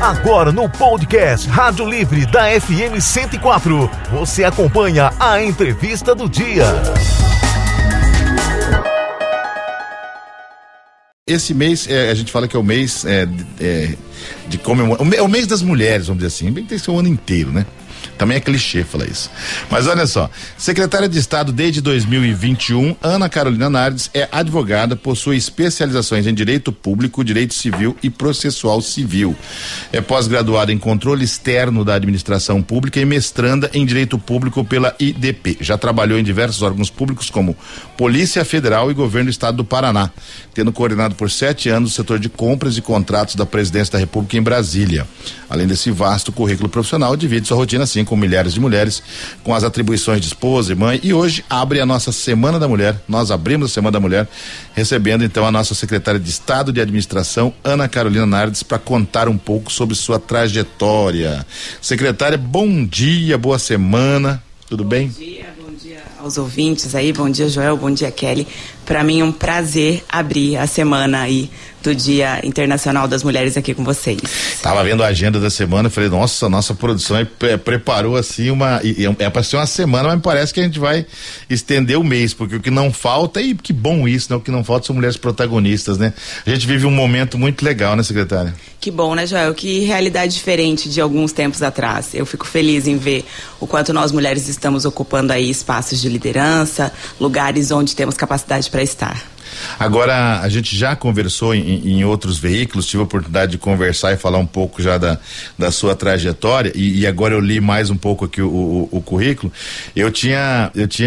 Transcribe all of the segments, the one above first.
Agora no podcast Rádio Livre da FM 104, você acompanha a entrevista do dia. Esse mês, a gente fala que é o mês de comemorar, é o mês das mulheres, vamos dizer assim, bem que tem que ser o ano inteiro, né? Também é clichê falar isso. Mas olha só, secretária de Estado desde 2021, Ana Carolina Nardes é advogada, possui especializações em Direito Público, Direito Civil e Processual Civil. É pós-graduada em Controle Externo da Administração Pública e mestranda em Direito Público pela IDP. Já trabalhou em diversos órgãos públicos como Polícia Federal e Governo do Estado do Paraná, tendo coordenado por 7 anos o setor de compras e contratos da Presidência da República em Brasília. Além desse vasto currículo profissional, divide sua rotina assim com milhares de mulheres, com as atribuições de esposa e mãe, e hoje abre a nossa Semana da Mulher. Nós abrimos a Semana da Mulher, recebendo então a nossa secretária de Estado de Administração, Ana Carolina Nardes, para contar um pouco sobre sua trajetória. Secretária, bom dia, boa semana, tudo bem? Bom dia aos ouvintes aí, bom dia Joel, bom dia Kelly. Para mim é um prazer abrir a semana aí do Dia Internacional das Mulheres aqui com vocês. Tava vendo a agenda da semana, falei, nossa produção preparou assim é para ser uma semana, mas parece que a gente vai estender o mês, porque o que não falta, e que bom isso, né? O que não falta são mulheres protagonistas, né? A gente vive um momento muito legal, né, secretária? Que bom, né, Joel? Que realidade diferente de alguns tempos atrás. Eu fico feliz em ver o quanto nós mulheres estamos ocupando aí espaços de liderança, lugares onde temos capacidade para estar. Agora, a gente já conversou em outros veículos, tive a oportunidade de conversar e falar um pouco já da sua trajetória, e agora eu li mais um pouco aqui o currículo. Eu tinha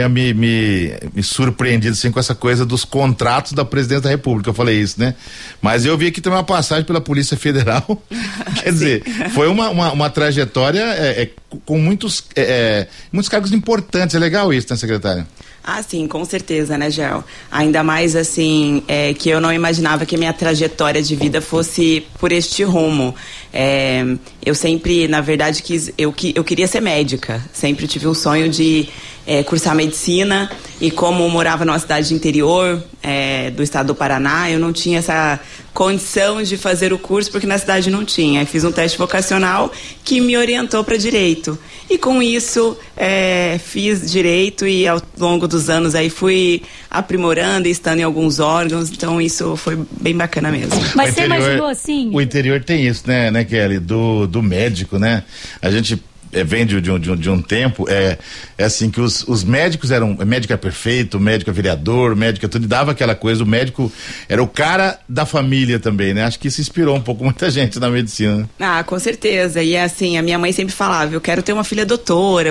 me surpreendido assim com essa coisa dos contratos da Presidência da República, eu falei isso, né? Mas eu vi aqui também uma passagem pela Polícia Federal, quer dizer, foi uma trajetória com muitos cargos importantes. É legal isso, né, secretária? Ah, sim, com certeza, né, Gel? Ainda mais, assim, que eu não imaginava que minha trajetória de vida fosse por este rumo. Eu sempre, na verdade, eu queria ser médica. Sempre tive um sonho de cursar medicina, e como morava numa cidade interior do estado do Paraná, eu não tinha essa condição de fazer o curso, porque na cidade não tinha. Eu fiz um teste vocacional que me orientou para direito. E com isso, fiz direito, e ao longo dos anos aí fui aprimorando e estando em alguns órgãos, então isso foi bem bacana mesmo. Mas você imaginou assim? O interior tem isso, né, Kelly? Do médico, né? A gente vem de um tempo, assim, que os médicos o médico é perfeito, o médico é vereador, o médico é tudo, e dava aquela coisa, o médico era o cara da família também, né? Acho que isso inspirou um pouco muita gente na medicina, né? Ah, com certeza, e assim, a minha mãe sempre falava, eu quero ter uma filha doutora,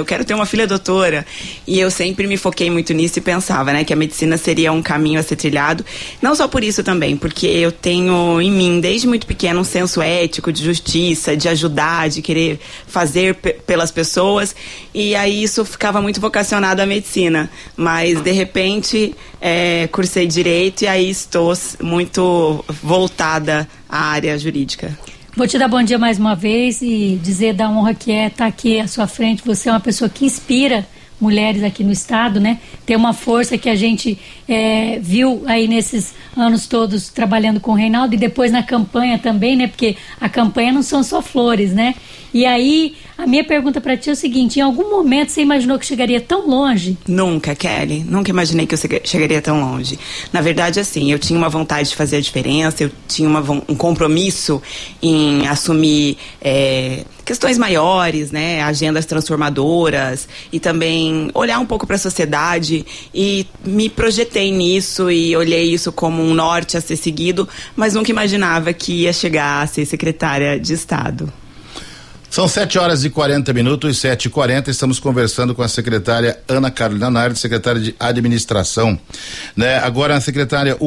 e eu sempre me foquei muito nisso e pensava, né, que a medicina seria um caminho a ser trilhado, não só por isso também, porque eu tenho em mim, desde muito pequeno, um senso ético, de justiça, de ajudar, de querer fazer pelas pessoas, e aí isso ficava muito vocacionado à medicina, mas de repente cursei direito, e aí estou muito voltada à área jurídica. Vou te dar bom dia mais uma vez e dizer da honra que estar aqui à sua frente. Você é uma pessoa que inspira mulheres aqui no estado, né? Tem uma força que a gente viu aí nesses anos todos trabalhando com o Reinaldo, e depois na campanha também, né? Porque a campanha não são só flores, né? E aí, a minha pergunta para ti é o seguinte: em algum momento você imaginou que chegaria tão longe? Nunca, Kelly. Nunca imaginei que eu chegaria tão longe. Na verdade, assim, eu tinha uma vontade de fazer a diferença, eu tinha um compromisso em assumir questões maiores, né? Agendas transformadoras, e também olhar um pouco para a sociedade, e me projetei nisso e olhei isso como um norte a ser seguido, mas nunca imaginava que ia chegar a ser secretária de Estado. São 7h40, 7h40, estamos conversando com a secretária Ana Carolina Nardes, secretária de Administração, né? Agora, secretária,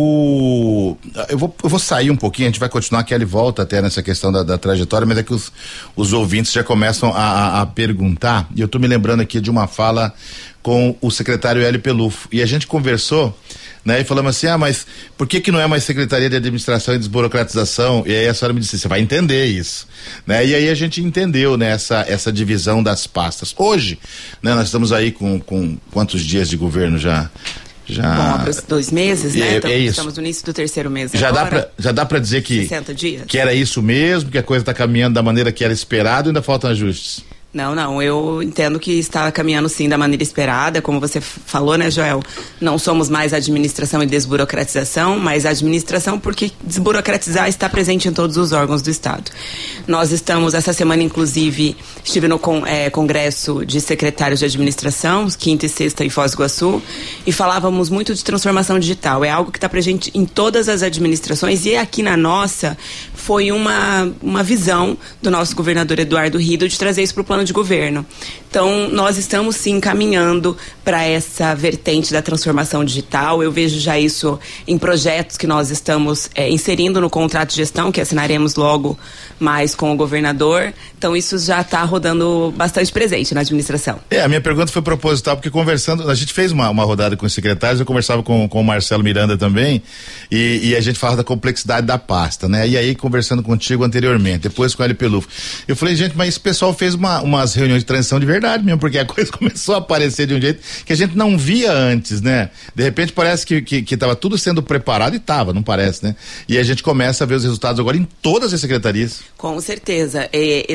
eu vou sair um pouquinho, a gente vai continuar, que ele volta até nessa questão da trajetória, mas é que os ouvintes já começam a perguntar, e eu estou me lembrando aqui de uma fala com o secretário Hélio Pelufo, e a gente conversou, né, e falamos assim, mas por que não é mais Secretaria de Administração e Desburocratização? E aí a senhora me disse, você vai entender isso, né? E aí a gente entendeu, né, essa divisão das pastas. Hoje, né, nós estamos aí com quantos dias de governo já? Já. Bom, 2 meses, né? Então, isso. Estamos no início do 3º mês Já agora. já dá pra dizer que 60 dias. Que era isso mesmo, que a coisa tá caminhando da maneira que era esperado, ou ainda faltam ajustes? Não, eu entendo que está caminhando sim da maneira esperada, como você falou, né, Joel? Não somos mais administração e desburocratização, mas administração porque desburocratizar está presente em todos os órgãos do Estado. Nós estamos, essa semana inclusive, estive no Congresso de Secretários de Administração, 5ª e 6ª em Foz do Iguaçu, e falávamos muito de transformação digital. É algo que está presente em todas as administrações e aqui na nossa foi uma visão do nosso governador Eduardo Rido de trazer isso para o plano de governo. Então, nós estamos sim caminhando para essa vertente da transformação digital. Eu vejo já isso em projetos que nós estamos inserindo no contrato de gestão, que assinaremos logo mais com o governador. Então, isso já está rodando bastante presente na administração. A minha pergunta foi proposital, porque conversando, a gente fez uma rodada com os secretários, eu conversava com o Marcelo Miranda também, e a gente falava da complexidade da pasta, né? E aí, conversando contigo anteriormente, depois com a LP Lufo, eu falei, gente, mas esse pessoal fez umas reuniões de transição de verdade mesmo, porque a coisa começou a aparecer de um jeito que a gente não via antes, né? De repente parece que tava tudo sendo preparado e tava, não parece, né? E a gente começa a ver os resultados agora em todas as secretarias. Com certeza.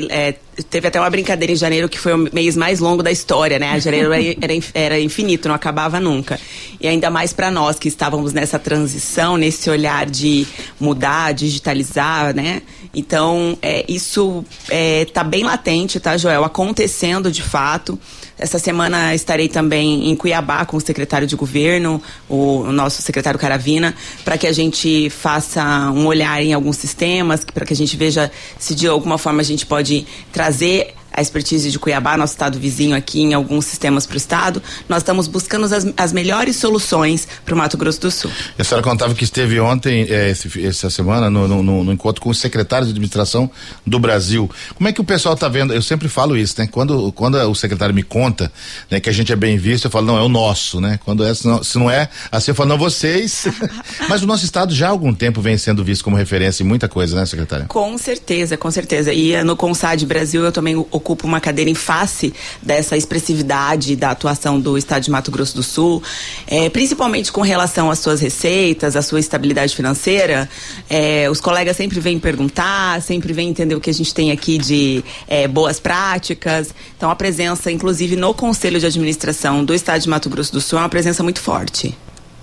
Teve até uma brincadeira em janeiro que foi o mês mais longo da história, né? Janeiro era infinito, não acabava nunca. E ainda mais para nós que estávamos nessa transição, nesse olhar de mudar, digitalizar, né? Então, isso tá bem latente, tá, Joel? Acontecendo de fato. Essa semana estarei também em Cuiabá com o secretário de governo, o nosso secretário Caravina, para que a gente faça um olhar em alguns sistemas, para que a gente veja se de alguma forma a gente pode trazer a expertise de Cuiabá, nosso estado vizinho aqui, em alguns sistemas para o estado. Nós estamos buscando as melhores soluções para o Mato Grosso do Sul. A senhora contava que esteve ontem, essa semana, no encontro com os secretários de administração do Brasil. Como é que o pessoal está vendo? Eu sempre falo isso, né? Quando o secretário me conta, né, que a gente é bem visto, eu falo, não, é o nosso, né? Quando se não é, assim eu falo, não, vocês. Mas o nosso estado já há algum tempo vem sendo visto como referência em muita coisa, né, secretária? Com certeza, com certeza. E no CONSAD Brasil eu também ocupa uma cadeira em face dessa expressividade da atuação do estado de Mato Grosso do Sul, principalmente com relação às suas receitas, à sua estabilidade financeira. Os colegas sempre vêm perguntar, sempre vêm entender o que a gente tem aqui de boas práticas. Então a presença, inclusive no Conselho de Administração do estado de Mato Grosso do Sul, é uma presença muito forte.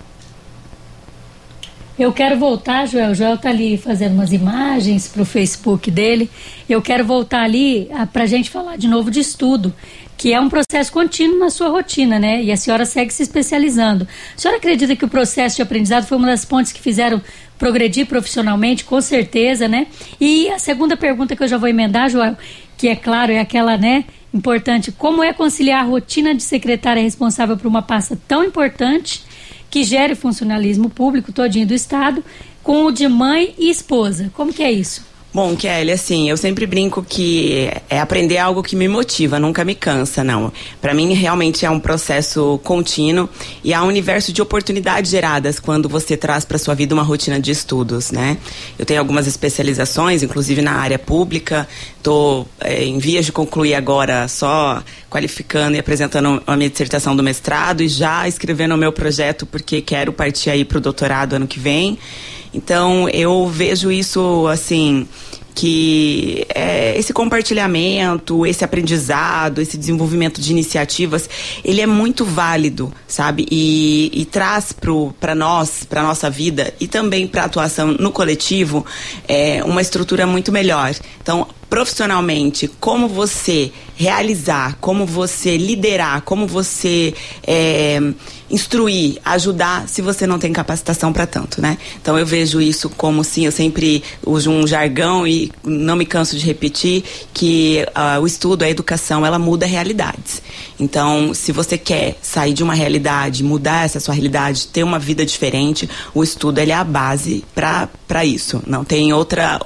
Eu quero voltar, Joel. O Joel está ali fazendo umas imagens para o Facebook dele. Eu quero voltar ali para a gente falar de novo de estudo, que é um processo contínuo na sua rotina, né? E a senhora segue se especializando. A senhora acredita que o processo de aprendizado foi uma das pontes que fizeram progredir profissionalmente? Com certeza, né? E a segunda pergunta que eu já vou emendar, Joel, que é claro, é aquela, né, importante. Como é conciliar a rotina de secretária responsável por uma pasta tão importante que gere funcionalismo público todinho do Estado, com o de mãe e esposa? Como que é isso? Bom, Kelly, assim, eu sempre brinco que aprender algo que me motiva, nunca me cansa, não. Para mim, realmente é um processo contínuo e há um universo de oportunidades geradas quando você traz para sua vida uma rotina de estudos, né? Eu tenho algumas especializações, inclusive na área pública, estou em vias de concluir agora só qualificando e apresentando a minha dissertação do mestrado e já escrevendo o meu projeto porque quero partir aí para o doutorado ano que vem. Então, eu vejo isso, assim, que esse compartilhamento, esse aprendizado, esse desenvolvimento de iniciativas, ele é muito válido, sabe? E traz para nós, para nossa vida e também para a atuação no coletivo, uma estrutura muito melhor. Então, profissionalmente, como você realizar, como você liderar, como você instruir, ajudar, se você não tem capacitação para tanto, né? Então eu vejo isso como, sim, eu sempre uso um jargão e não me canso de repetir que o estudo, a educação, ela muda realidades. Então, se você quer sair de uma realidade, mudar essa sua realidade, ter uma vida diferente, o estudo, ele é a base para isso. Não tem outra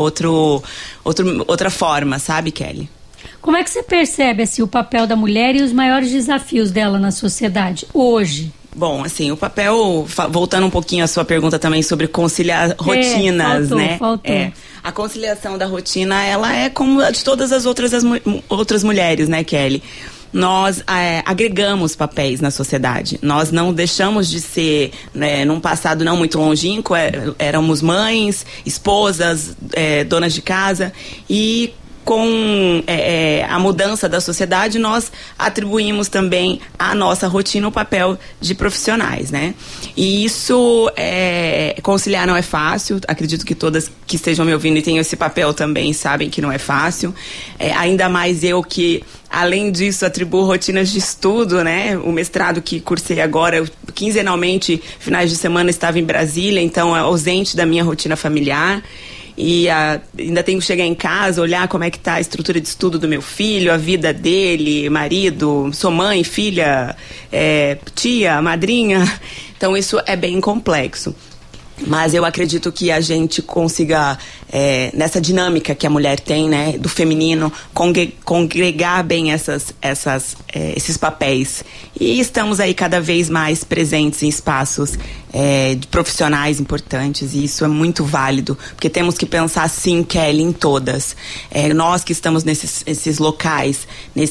forma, sabe, Kelly? Como é que você percebe assim, o papel da mulher e os maiores desafios dela na sociedade hoje? Bom, assim, o papel, voltando um pouquinho à sua pergunta também sobre conciliar rotinas, né? Faltou. A conciliação da rotina, ela é como a de todas as outras mulheres, né, Kelly? nós agregamos papéis na sociedade. Nós não deixamos de ser, né, num passado não muito longínquo, éramos mães, esposas, donas de casa, e com a mudança da sociedade, nós atribuímos também à nossa rotina o papel de profissionais, né? E isso, conciliar não é fácil. Acredito que todas que estejam me ouvindo e tenham esse papel também sabem que não é fácil. Ainda mais eu que, além disso, atribuo rotinas de estudo, né? O mestrado que cursei agora, eu, quinzenalmente, finais de semana, estava em Brasília, então ausente da minha rotina familiar. E ainda tenho que chegar em casa, olhar como é que está a estrutura de estudo do meu filho, a vida dele, marido, sou mãe, filha, tia, madrinha. Então isso é bem complexo. Mas eu acredito que a gente consiga, nessa dinâmica que a mulher tem, né, do feminino, congregar bem esses papéis. E estamos aí cada vez mais presentes em espaços de profissionais importantes, e isso é muito válido, porque temos que pensar, sim, Kelly, em todas. Nós que estamos nesses locais,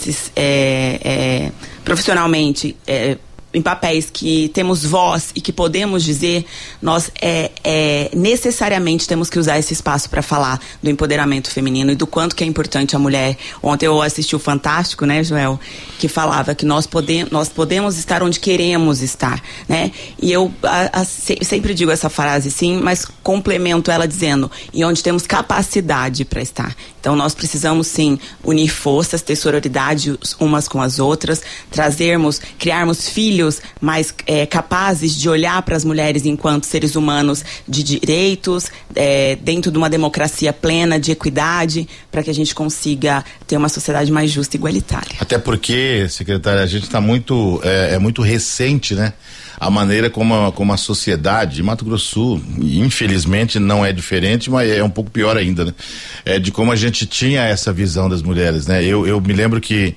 profissionalmente, em papéis que temos voz e que podemos dizer, nós necessariamente temos que usar esse espaço para falar do empoderamento feminino e do quanto que é importante a mulher. Ontem eu assisti o Fantástico, né, Joel, que falava que nós podemos estar onde queremos estar, né? E eu sempre digo essa frase, sim, mas complemento ela dizendo, e onde temos capacidade para estar. Então nós precisamos, sim, unir forças, ter sororidade umas com as outras, criarmos filhos mais capazes de olhar para as mulheres enquanto seres humanos de direitos, dentro de uma democracia plena, de equidade, para que a gente consiga ter uma sociedade mais justa e igualitária. Até porque, secretária, a gente está muito recente, né? A maneira como a sociedade de Mato Grosso do Sul, infelizmente não é diferente, mas é um pouco pior ainda, né? De como a gente tinha essa visão das mulheres, né? Eu me lembro que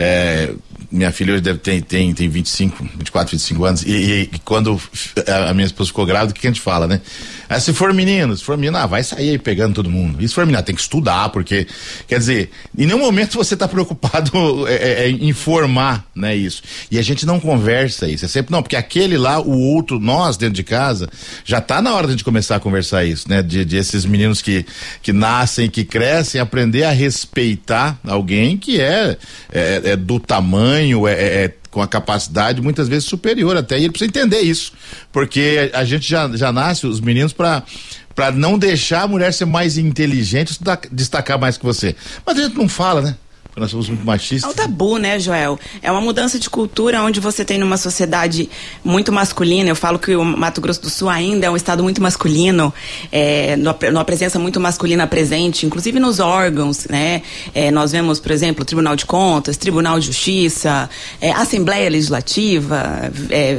minha filha hoje tem 24, 25 anos, e quando a minha esposa ficou grávida, o que a gente fala, né? Se for menino, vai sair aí pegando todo mundo. E se for menina, tem que estudar, porque, quer dizer, em nenhum momento você está preocupado em informar, né, isso. E a gente não conversa isso, é sempre, não, porque aquele lá, o outro, nós dentro de casa, já tá na hora de a gente começar a conversar isso, né? De esses meninos que nascem, que crescem, aprender a respeitar alguém que é do tamanho, com a capacidade muitas vezes superior até, e ele precisa entender isso, porque a gente já nasce, os meninos, para não deixar a mulher ser mais inteligente, destacar mais que você, mas a gente não fala, né? Porque nós somos muito machistas. É um tabu, né, Joel? É uma mudança de cultura onde você tem numa sociedade muito masculina. Eu falo que o Mato Grosso do Sul ainda é um estado muito masculino, numa presença muito masculina presente, inclusive nos órgãos, né? Nós vemos, por exemplo, o Tribunal de Contas, Tribunal de Justiça, Assembleia Legislativa,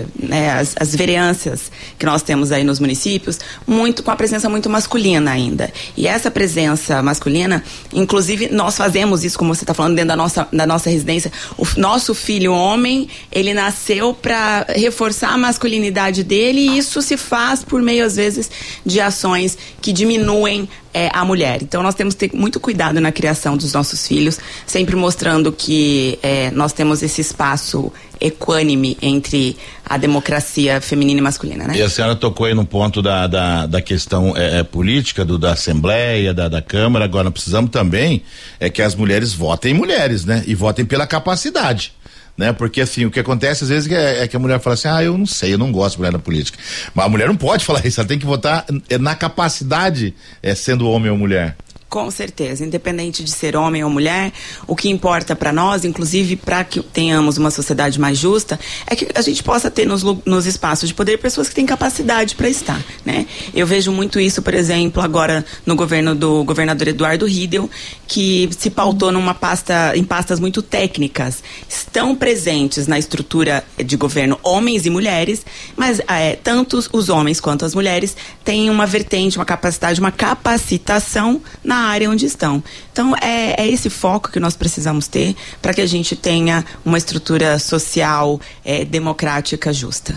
as vereanças que nós temos aí nos municípios, muito, com a presença muito masculina ainda. E essa presença masculina, inclusive, nós fazemos isso, como você está falando, dentro da nossa residência. O nosso filho homem, ele nasceu para reforçar a masculinidade dele, e isso se faz por meio, às vezes, de ações que diminuem a mulher. Então nós temos que ter muito cuidado na criação dos nossos filhos, sempre mostrando que nós temos esse espaço equânime entre a democracia feminina e masculina, né? E a senhora tocou aí no ponto da questão política, da Assembleia, da Câmara. Agora nós precisamos também que as mulheres votem mulheres, né? E votem pela capacidade, né? Porque assim, o que acontece às vezes é que a mulher fala assim, eu não sei, eu não gosto de mulher na política. Mas a mulher não pode falar isso, ela tem que votar na capacidade, sendo homem ou mulher. Com certeza, independente de ser homem ou mulher, o que importa para nós, inclusive para que tenhamos uma sociedade mais justa, é que a gente possa ter nos espaços de poder pessoas que têm capacidade para estar, né? Eu vejo muito isso, por exemplo, agora no governo do governador Eduardo Riedel, que se pautou em pastas muito técnicas. Estão presentes na estrutura de governo homens e mulheres, mas tanto os homens quanto as mulheres têm uma vertente, uma capacidade, uma capacitação na área onde estão. Então é esse foco que nós precisamos ter para que a gente tenha uma estrutura social democrática justa.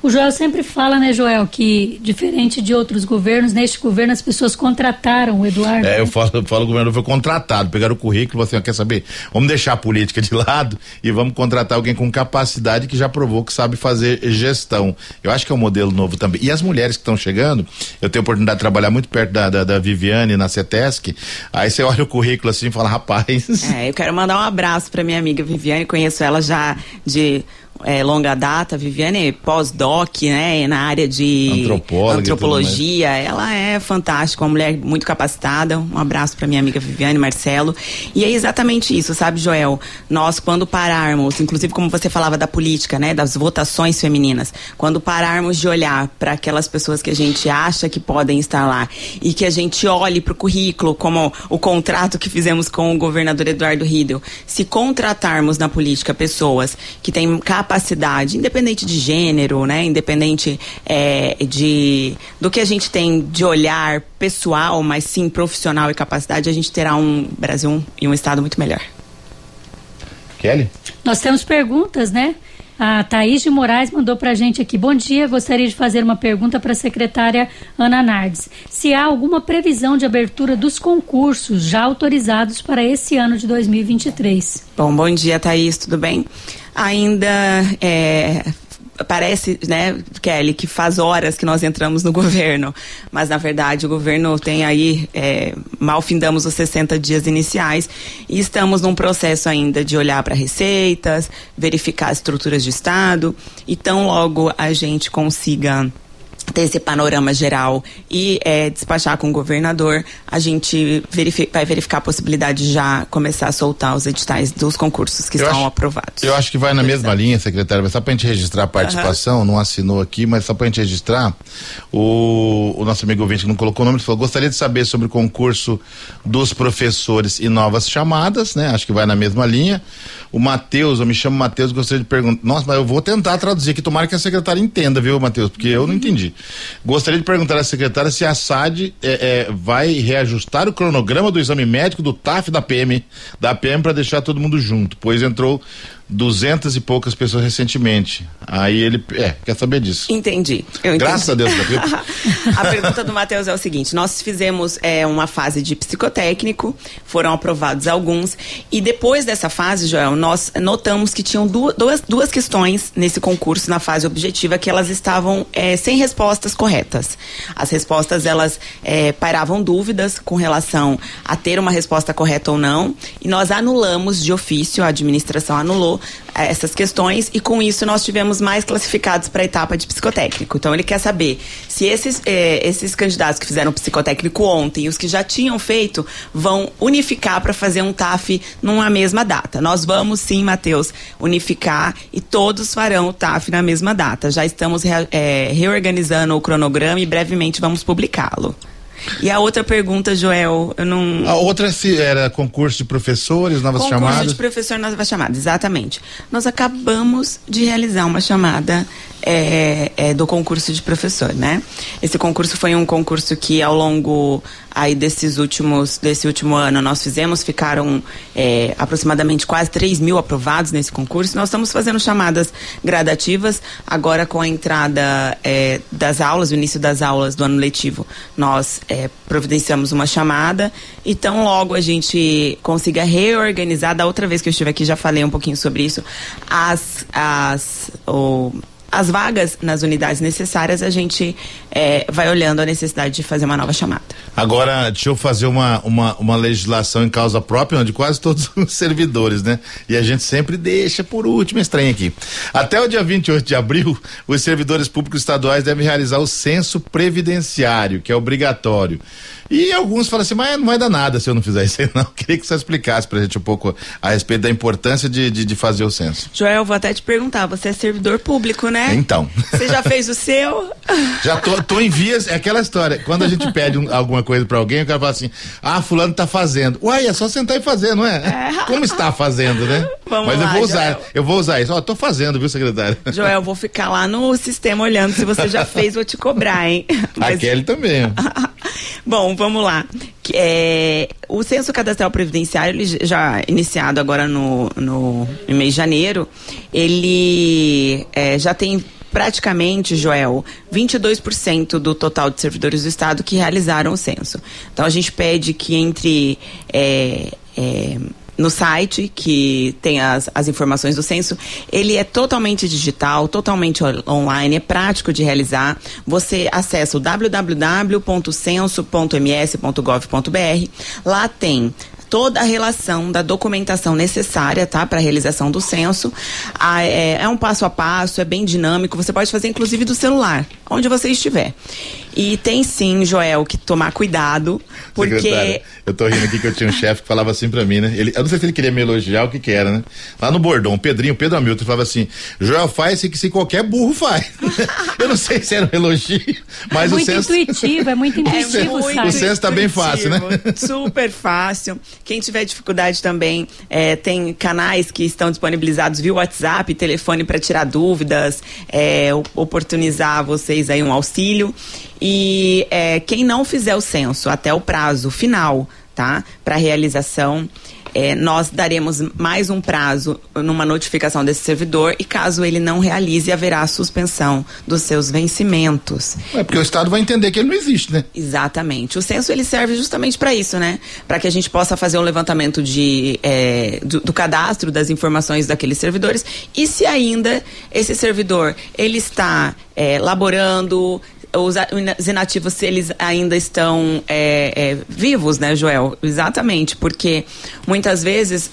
O Joel sempre fala, né, Joel, que diferente de outros governos, neste governo as pessoas contrataram o Eduardo. Eu falo, o governador foi contratado, pegaram o currículo, assim, quer saber, vamos deixar a política de lado e vamos contratar alguém com capacidade que já provou que sabe fazer gestão. Eu acho que é um modelo novo também. E as mulheres que estão chegando, eu tenho a oportunidade de trabalhar muito perto da Viviane na CETESC, aí você olha o currículo assim e fala, rapaz... Eu quero mandar um abraço para minha amiga Viviane, conheço ela já de longa data. Viviane pós-doc, né, na área de antropologia, ela é fantástica, uma mulher muito capacitada. Um abraço para minha amiga Viviane, Marcelo. E é exatamente isso, sabe, Joel? Nós, quando pararmos, inclusive como você falava da política, né, das votações femininas, quando pararmos de olhar para aquelas pessoas que a gente acha que podem estar lá e que a gente olhe para o currículo, como o contrato que fizemos com o governador Eduardo Riedel, se contratarmos na política pessoas que têm capacidade, independente de gênero, né, independente do que a gente tem de olhar pessoal, mas sim profissional e capacidade, a gente terá um Brasil e um estado muito melhor. Kelly? Nós temos perguntas, né? A Thaís de Moraes mandou pra gente aqui. Bom dia, gostaria de fazer uma pergunta para a secretária Ana Nardes. Se há alguma previsão de abertura dos concursos já autorizados para esse ano de 2023? Bom dia, Thaís, tudo bem? Ainda parece, né, Kelly, que faz horas que nós entramos no governo, mas na verdade o governo tem aí, mal findamos os 60 dias iniciais e estamos num processo ainda de olhar para receitas, verificar as estruturas de Estado, e tão logo a gente consiga ter esse panorama geral e despachar com o governador, a gente vai verificar a possibilidade de já começar a soltar os editais dos concursos que estão aprovados. Eu acho que vai na mesma linha, secretária, mas só pra gente registrar a participação, não assinou aqui, mas só pra gente registrar, o nosso amigo ouvinte que não colocou o nome, ele falou, gostaria de saber sobre o concurso dos professores e novas chamadas, né? Acho que vai na mesma linha. O Matheus, eu me chamo Matheus, gostaria de perguntar, nossa, mas eu vou tentar traduzir aqui, tomara que a secretária entenda, viu, Matheus, porque eu não entendi. Gostaria de perguntar à secretária se a SAD vai reajustar o cronograma do exame médico do TAF da PM para deixar todo mundo junto, pois entrou 200 e poucas pessoas recentemente. Aí ele quer saber disso. Entendi. Graças a Deus. A pergunta do Matheus é o seguinte: nós fizemos uma fase de psicotécnico, foram aprovados alguns, e depois dessa fase, Joel, nós notamos que tinham duas questões nesse concurso, na fase objetiva, que elas estavam sem respostas corretas. As respostas, elas pairavam dúvidas com relação a ter uma resposta correta ou não, e nós anulamos de ofício, a administração anulou essas questões, e com isso nós tivemos mais classificados para a etapa de psicotécnico. Então ele quer saber se esses candidatos que fizeram psicotécnico ontem e os que já tinham feito vão unificar para fazer um TAF numa mesma data. Nós vamos sim, Matheus, unificar, e todos farão o TAF na mesma data. Já estamos reorganizando o cronograma e brevemente vamos publicá-lo. E a outra pergunta, Joel, eu não... A outra era concurso de professores, novas chamadas? Concurso de professor, novas chamadas, exatamente. Nós acabamos de realizar uma chamada do concurso de professor, né? Esse concurso foi um concurso que ao longo aí desse último ano nós ficaram aproximadamente quase 3.000 aprovados nesse concurso. Nós estamos fazendo chamadas gradativas, agora com a entrada das aulas, o início das aulas do ano letivo, nós providenciamos uma chamada, e tão logo a gente consiga reorganizar, da outra vez que eu estive aqui já falei um pouquinho sobre isso, as vagas nas unidades necessárias, a gente vai olhando a necessidade de fazer uma nova chamada. Agora, deixa eu fazer uma legislação em causa própria, de quase todos os servidores, né? E a gente sempre deixa por último esse trem aqui. Até o dia 28 de abril, os servidores públicos estaduais devem realizar o censo previdenciário, que é obrigatório. E alguns falam assim, mas não vai dar nada se eu não fizer isso aí, não. Queria que você explicasse pra gente um pouco a respeito da importância de fazer o censo. Joel, vou até te perguntar, você é servidor público, né? Então. Você já fez o seu? Já tô em vias, é aquela história, quando a gente pede alguma coisa pra alguém, o cara fala assim, fulano tá fazendo. Uai, é só sentar e fazer, não é? Como está fazendo, né? Vamos lá, eu vou usar isso. Tô fazendo, viu, secretário? Joel, vou ficar lá no sistema olhando, se você já fez, vou te cobrar, hein? A Kelly também. Bom, vamos lá. O Censo Cadastral Previdenciário, ele já iniciado agora no mês de janeiro, ele já tem praticamente, Joel, 22% do total de servidores do Estado que realizaram o censo. Então a gente pede que entre no site, que tem as informações do censo, ele é totalmente digital, totalmente online, é prático de realizar. Você acessa o www.censo.ms.gov.br, lá tem toda a relação da documentação necessária, tá, para a realização do censo. É um passo a passo, é bem dinâmico, você pode fazer inclusive do celular, onde você estiver. E tem sim, Joel, que tomar cuidado, porque... Secretária, eu tô rindo aqui que eu tinha um chefe que falava assim pra mim, né? Eu não sei se ele queria me elogiar, o que era, né? Lá no bordão, Pedro Hamilton falava assim, Joel, faz que se qualquer burro faz. Eu não sei se era um elogio, mas o censo... É muito intuitivo, o censo tá bem fácil, né? Super fácil. Quem tiver dificuldade também, tem canais que estão disponibilizados via WhatsApp, telefone para tirar dúvidas, oportunizar vocês aí um auxílio. E quem não fizer o censo até o prazo final, tá, para realização, nós daremos mais um prazo numa notificação desse servidor e caso ele não realize, haverá suspensão dos seus vencimentos. Porque o Estado vai entender que ele não existe, né? Exatamente. O censo, ele serve justamente para isso, né? Para que a gente possa fazer um levantamento do cadastro das informações daqueles servidores e se ainda esse servidor, ele está laborando, os inativos, se eles ainda estão vivos, né, Joel? Exatamente, porque muitas vezes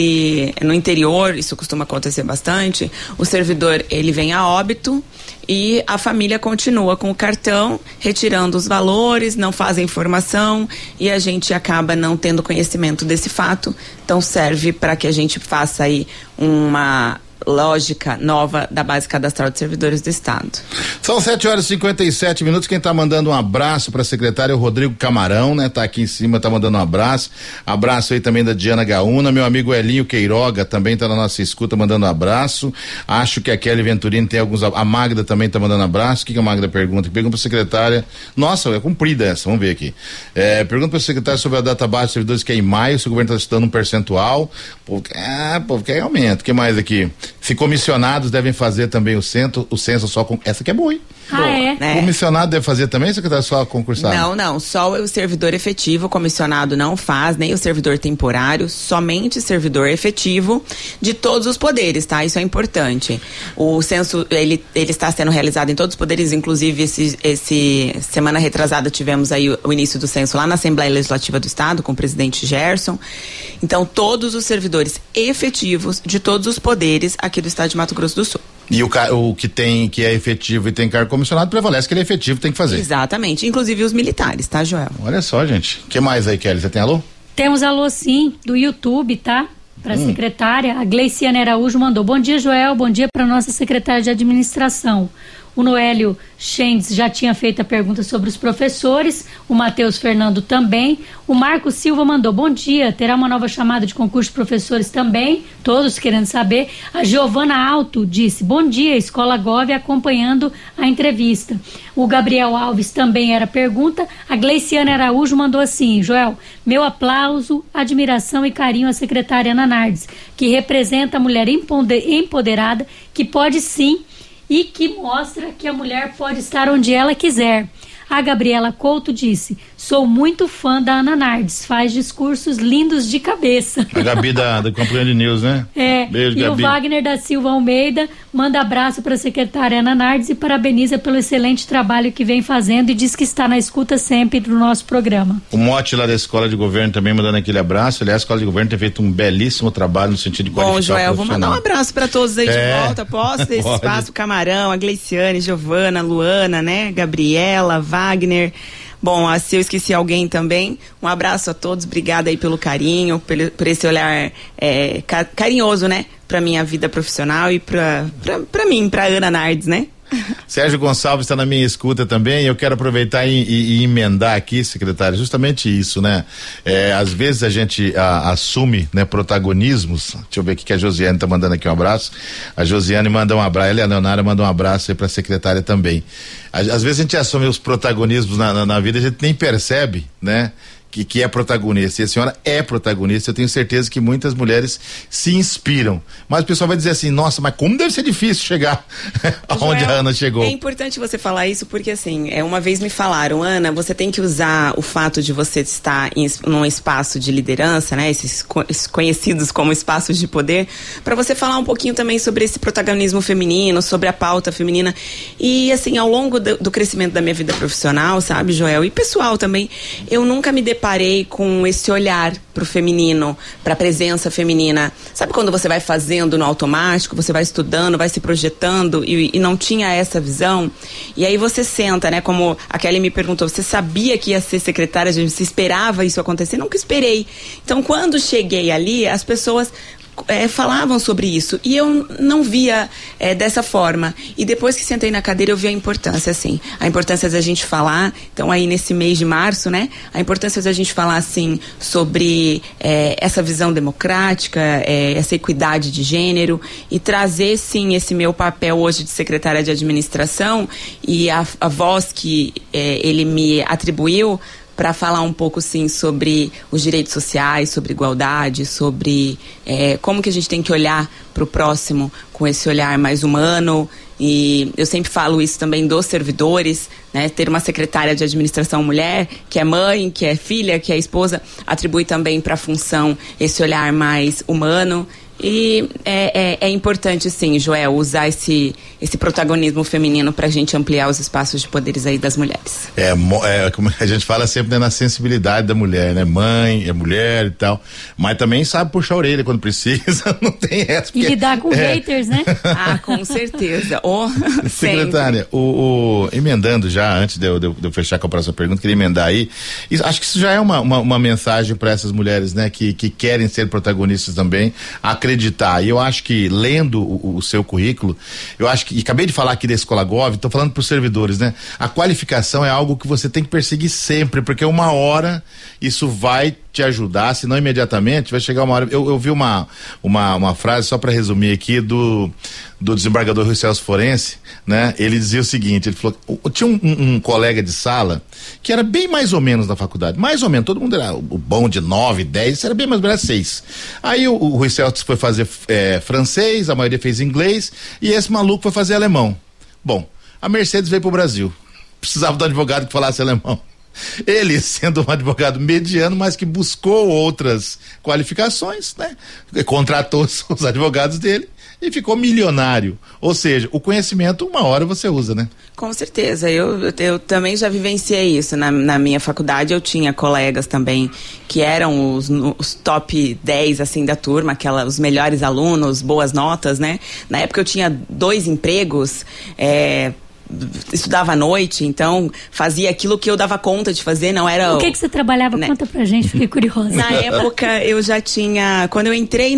no interior, isso costuma acontecer bastante, o servidor, ele vem a óbito e a família continua com o cartão, retirando os valores, não faz a informação e a gente acaba não tendo conhecimento desse fato. Então serve para que a gente faça aí uma lógica nova da base cadastral de servidores do Estado. São 7h57. Quem tá mandando um abraço pra secretária é o Rodrigo Camarão, né? Tá aqui em cima, tá mandando um abraço. Abraço aí também da Diana Gaúna, meu amigo Elinho Queiroga também tá na nossa escuta mandando um abraço. Acho que a Kelly Venturini tem alguns, a Magda também tá mandando um abraço. O que a Magda pergunta? Pergunta pra secretária, nossa, é comprida essa, vamos ver aqui. Pergunta pra secretária sobre a data base de servidores que é em maio, se o governo tá estudando um percentual. Povo quer aumento. O que mais aqui? Se comissionados devem fazer também o censo só com... Essa que é boa, hein? Comissionado deve fazer também, secretário, só concursado? Não, só o servidor efetivo, comissionado não faz, nem o servidor temporário, somente servidor efetivo de todos os poderes, tá? Isso é importante. O censo, ele está sendo realizado em todos os poderes, inclusive esse semana retrasada tivemos aí o início do censo lá na Assembleia Legislativa do Estado, com o presidente Gerson. Então, todos os servidores efetivos de todos os poderes aqui do Estado de Mato Grosso do Sul. E o que é efetivo e tem cargo comissionado prevalece que ele é efetivo, tem que fazer. Exatamente, inclusive os militares, tá, Joel? Olha só, gente. O que mais aí, Kelly? Você tem alô? Temos alô sim, do YouTube, tá? Para a secretária, a Gleiciane Araújo mandou: bom dia, Joel, bom dia para nossa secretária de administração. O Noélio Schendes já tinha feito a pergunta sobre os professores, o Matheus Fernando também, o Marco Silva mandou: bom dia, terá uma nova chamada de concurso de professores também, todos querendo saber. A Giovana Alto disse: bom dia, Escola Gov acompanhando a entrevista. O Gabriel Alves também era pergunta. A Gleiciane Araújo mandou assim: Joel, meu aplauso, admiração e carinho à secretária Ana Nardes, que representa a mulher empoderada, que pode sim e que mostra que a mulher pode estar onde ela quiser. A Gabriela Couto disse: sou muito fã da Ana Nardes, faz discursos lindos de cabeça. A Gabi da Campanha de News, né? Beijo, e Gabi. O Wagner da Silva Almeida manda abraço para a secretária Ana Nardes e parabeniza pelo excelente trabalho que vem fazendo e diz que está na escuta sempre do nosso programa. O Mote lá da Escola de Governo também mandando aquele abraço. Aliás, a Escola de Governo tem feito um belíssimo trabalho no sentido de qualificar. Bom, Joel, vou mandar um abraço para todos aí de volta. Posso ter esse pode. espaço? Camarão, a Gleiciane, Giovana, Luana, né? Gabriela, Wagner. Bom, se eu esqueci alguém também, um abraço a todos, obrigada aí pelo carinho, por esse olhar carinhoso, né? Pra minha vida profissional e pra mim, pra Ana Nardes, né? Sérgio Gonçalves está na minha escuta também. Eu quero aproveitar e emendar aqui, secretário, justamente isso, né? Às vezes a gente assume, né, protagonismos. Deixa eu ver aqui que a Josiane está mandando aqui um abraço. A Josiane manda um abraço, ela e a Leonara mandam um abraço aí para a secretária também. Às vezes a gente assume os protagonismos na vida, a gente nem percebe, né? que é protagonista, e a senhora é protagonista, eu tenho certeza que muitas mulheres se inspiram. Mas o pessoal vai dizer assim, nossa, mas como deve ser difícil chegar aonde a Ana chegou. É importante você falar isso porque, assim, uma vez me falaram, Ana, você tem que usar o fato de você estar num espaço de liderança, né, esses conhecidos como espaços de poder, para você falar um pouquinho também sobre esse protagonismo feminino, sobre a pauta feminina. E, assim, ao longo do crescimento da minha vida profissional, sabe, Joel, e pessoal também, eu nunca me deparei com esse olhar pro feminino, pra presença feminina. Sabe quando você vai fazendo no automático, você vai estudando, vai se projetando e não tinha essa visão? E aí você senta, né, como a Kelly me perguntou, você sabia que ia ser secretária, você esperava isso acontecer? Nunca esperei. Então, quando cheguei ali, as pessoas falavam sobre isso e eu não via dessa forma, e depois que sentei na cadeira eu vi a importância, assim, a importância da gente falar. Então aí nesse mês de março, né, a importância da gente falar, assim, sobre essa visão democrática, essa equidade de gênero, e trazer, sim, esse meu papel hoje de secretária de administração e a voz que ele me atribuiu para falar um pouco, sim, sobre os direitos sociais, sobre igualdade, sobre como que a gente tem que olhar para o próximo com esse olhar mais humano. E eu sempre falo isso também dos servidores, né? Ter uma secretária de administração mulher, que é mãe, que é filha, que é esposa, atribui também para a função esse olhar mais humano. E é importante, sim, Joel, usar esse protagonismo feminino para a gente ampliar os espaços de poderes aí das mulheres. Como a gente fala sempre, né, na sensibilidade da mulher, né? Mãe, é mulher e tal, mas também sabe puxar a orelha quando precisa, não tem essa. E lidar com haters, né? Ah, com certeza. Secretária, emendando já, antes de eu fechar com a próxima pergunta, queria emendar aí, acho que isso já é uma mensagem para essas mulheres, né, que querem ser protagonistas também, acreditar. E eu acho que, lendo o seu currículo, eu acho que, e acabei de falar aqui da Escola Gov, estou falando para os servidores, né? A qualificação é algo que você tem que perseguir sempre, porque uma hora isso vai te ajudar, se não imediatamente, vai chegar uma hora. Eu vi uma frase, só para resumir aqui, do desembargador Rui Celso Forense, né? Ele dizia o seguinte, ele falou, tinha um colega de sala que era bem mais ou menos na faculdade, mais ou menos, todo mundo era o bom de 9, 10, isso era bem mais ou menos 6. Aí o Rui Celso foi fazer francês, a maioria fez inglês, e esse maluco foi fazer alemão. Bom, a Mercedes veio pro Brasil, precisava de um advogado que falasse alemão. Ele, sendo um advogado mediano, mas que buscou outras qualificações, né? Contratou os advogados dele e ficou milionário. Ou seja, o conhecimento, uma hora você usa, né? Com certeza. Eu também já vivenciei isso. Na minha faculdade eu tinha colegas também que eram os top 10, assim, da turma, os melhores alunos, boas notas, né? Na época eu tinha 2 empregos, estudava à noite, então fazia aquilo que eu dava conta de fazer, não era... O que você trabalhava? Né? Conta pra gente, fiquei curiosa. Na época eu já tinha, quando eu entrei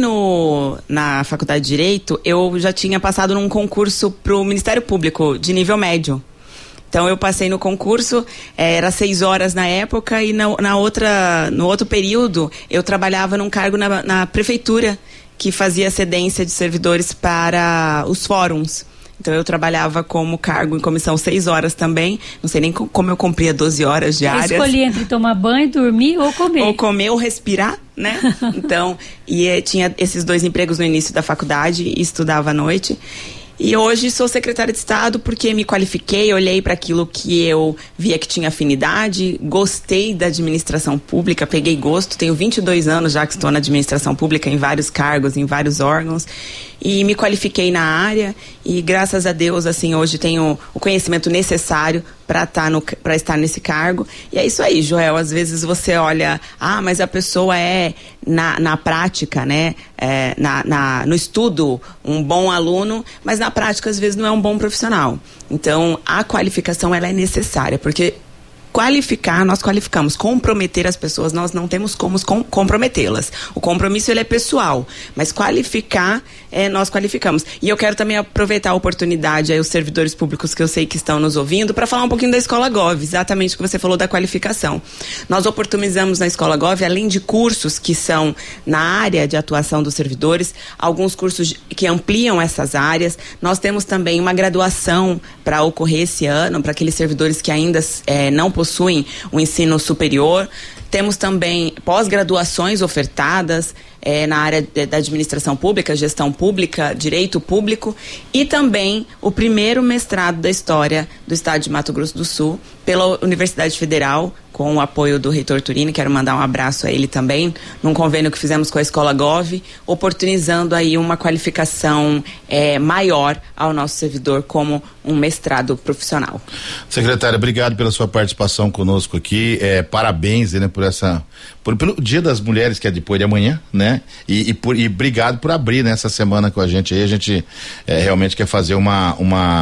na Faculdade de Direito, eu já tinha passado num concurso pro Ministério Público de nível médio. Então eu passei no concurso, era 6 horas na época, e no outro período eu trabalhava num cargo na prefeitura, que fazia cedência de servidores para os fóruns. Então eu trabalhava como cargo em comissão 6 horas também, não sei nem como eu cumpria 12 horas diárias. Eu escolhi entre tomar banho, dormir ou comer. Ou comer ou respirar, né? Então, tinha esses 2 empregos no início da faculdade e estudava à noite. E hoje sou secretária de Estado porque me qualifiquei, olhei para aquilo que eu via que tinha afinidade, gostei da administração pública, peguei gosto, tenho 22 anos já que estou na administração pública, em vários cargos, em vários órgãos, e me qualifiquei na área e graças a Deus, assim, hoje tenho o conhecimento necessário para estar nesse cargo. E é isso aí, Joel, às vezes você olha, mas a pessoa na prática, né, no estudo um bom aluno, mas na prática às vezes não é um bom profissional. Então a qualificação ela é necessária, porque qualificar, nós qualificamos. Comprometer as pessoas, nós não temos como comprometê-las. O compromisso, ele é pessoal, mas qualificar, nós qualificamos. E eu quero também aproveitar a oportunidade aí, os servidores públicos que eu sei que estão nos ouvindo, para falar um pouquinho da Escola Gov, exatamente o que você falou da qualificação. Nós oportunizamos na Escola Gov, além de cursos que são na área de atuação dos servidores, alguns cursos que ampliam essas áreas. Nós temos também uma graduação para ocorrer esse ano, para aqueles servidores que ainda não possuem o ensino superior. Temos também pós-graduações ofertadas na área da administração pública, gestão pública, direito público, e também o primeiro mestrado da história do estado de Mato Grosso do Sul pela Universidade Federal, com o apoio do reitor Turini. Quero mandar um abraço a ele também, num convênio que fizemos com a Escola Gov, oportunizando aí uma qualificação maior ao nosso servidor como um mestrado profissional. Secretária, obrigado pela sua participação conosco aqui, parabéns, né, pelo Dia das Mulheres, que é depois de amanhã, né, e obrigado por abrir nessa semana com a gente aí. A gente realmente quer fazer uma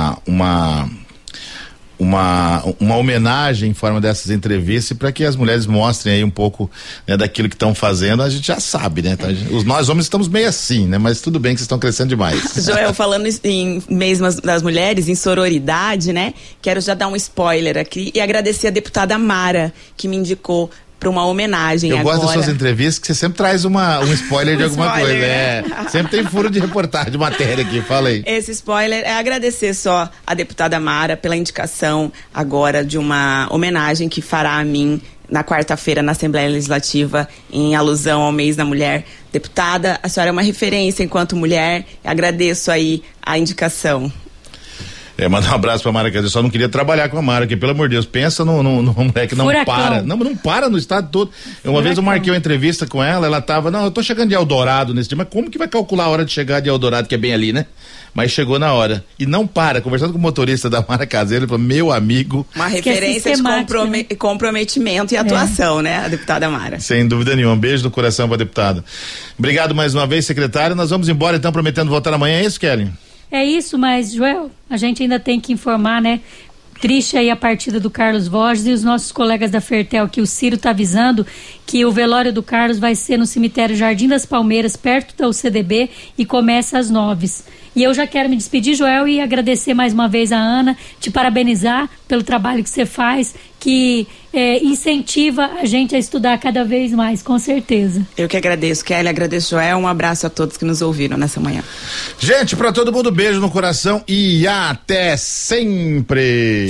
homenagem em forma dessas entrevistas, para que as mulheres mostrem aí um pouco, né, daquilo que estão fazendo. A gente já sabe, né? Nós homens estamos meio assim, né? Mas tudo bem que vocês estão crescendo demais. Joel, falando em mês das mulheres, em sororidade, né? Quero já dar um spoiler aqui e agradecer a deputada Mara, que me indicou para uma homenagem agora. Eu gosto das suas entrevistas, que você sempre traz um spoiler de alguma coisa. Né? Sempre tem furo de reportagem, de matéria aqui, fala aí. Esse spoiler é agradecer só a deputada Mara pela indicação agora de uma homenagem que fará a mim na quarta-feira na Assembleia Legislativa, em alusão ao mês da mulher. Deputada, a senhora é uma referência enquanto mulher, agradeço aí a indicação. Mandar um abraço pra Mara, eu só não queria trabalhar com a Mara, que pelo amor de Deus, pensa numa mulher que não Furacão. Para. Não para no estado todo. Uma vez eu marquei uma entrevista com ela tava, eu tô chegando de Eldorado nesse dia, mas como que vai calcular a hora de chegar de Eldorado, que é bem ali, né? Mas chegou na hora. E não para, conversando com o motorista da Mara Caseiro, ele falou, meu amigo. Uma referência de comprometimento e atuação, né? A deputada Mara. Sem dúvida nenhuma. Um beijo no coração pra deputada. Obrigado mais uma vez, secretário. Nós vamos embora, então, prometendo voltar amanhã. É isso, Kelly? É isso, mas, Joel, a gente ainda tem que informar, né? Triste aí a partida do Carlos Borges, e os nossos colegas da Fertel, que o Ciro está avisando que o velório do Carlos vai ser no cemitério Jardim das Palmeiras, perto da UCDB, e começa às 9h. E eu já quero me despedir, Joel, e agradecer mais uma vez a Ana, te parabenizar pelo trabalho que você faz, que incentiva a gente a estudar cada vez mais, com certeza. Eu que agradeço, Kelly, agradeço, Joel, um abraço a todos que nos ouviram nessa manhã. Gente, pra todo mundo, beijo no coração e até sempre.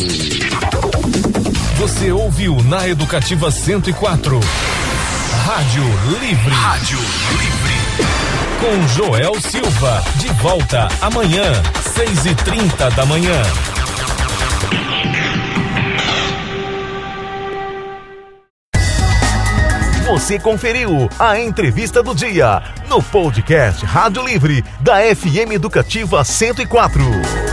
Você ouviu na Educativa 104, Rádio Livre. Rádio Livre. Com Joel Silva, de volta amanhã, 6h30 da manhã. Você conferiu a entrevista do dia no podcast Rádio Livre da FM Educativa 104.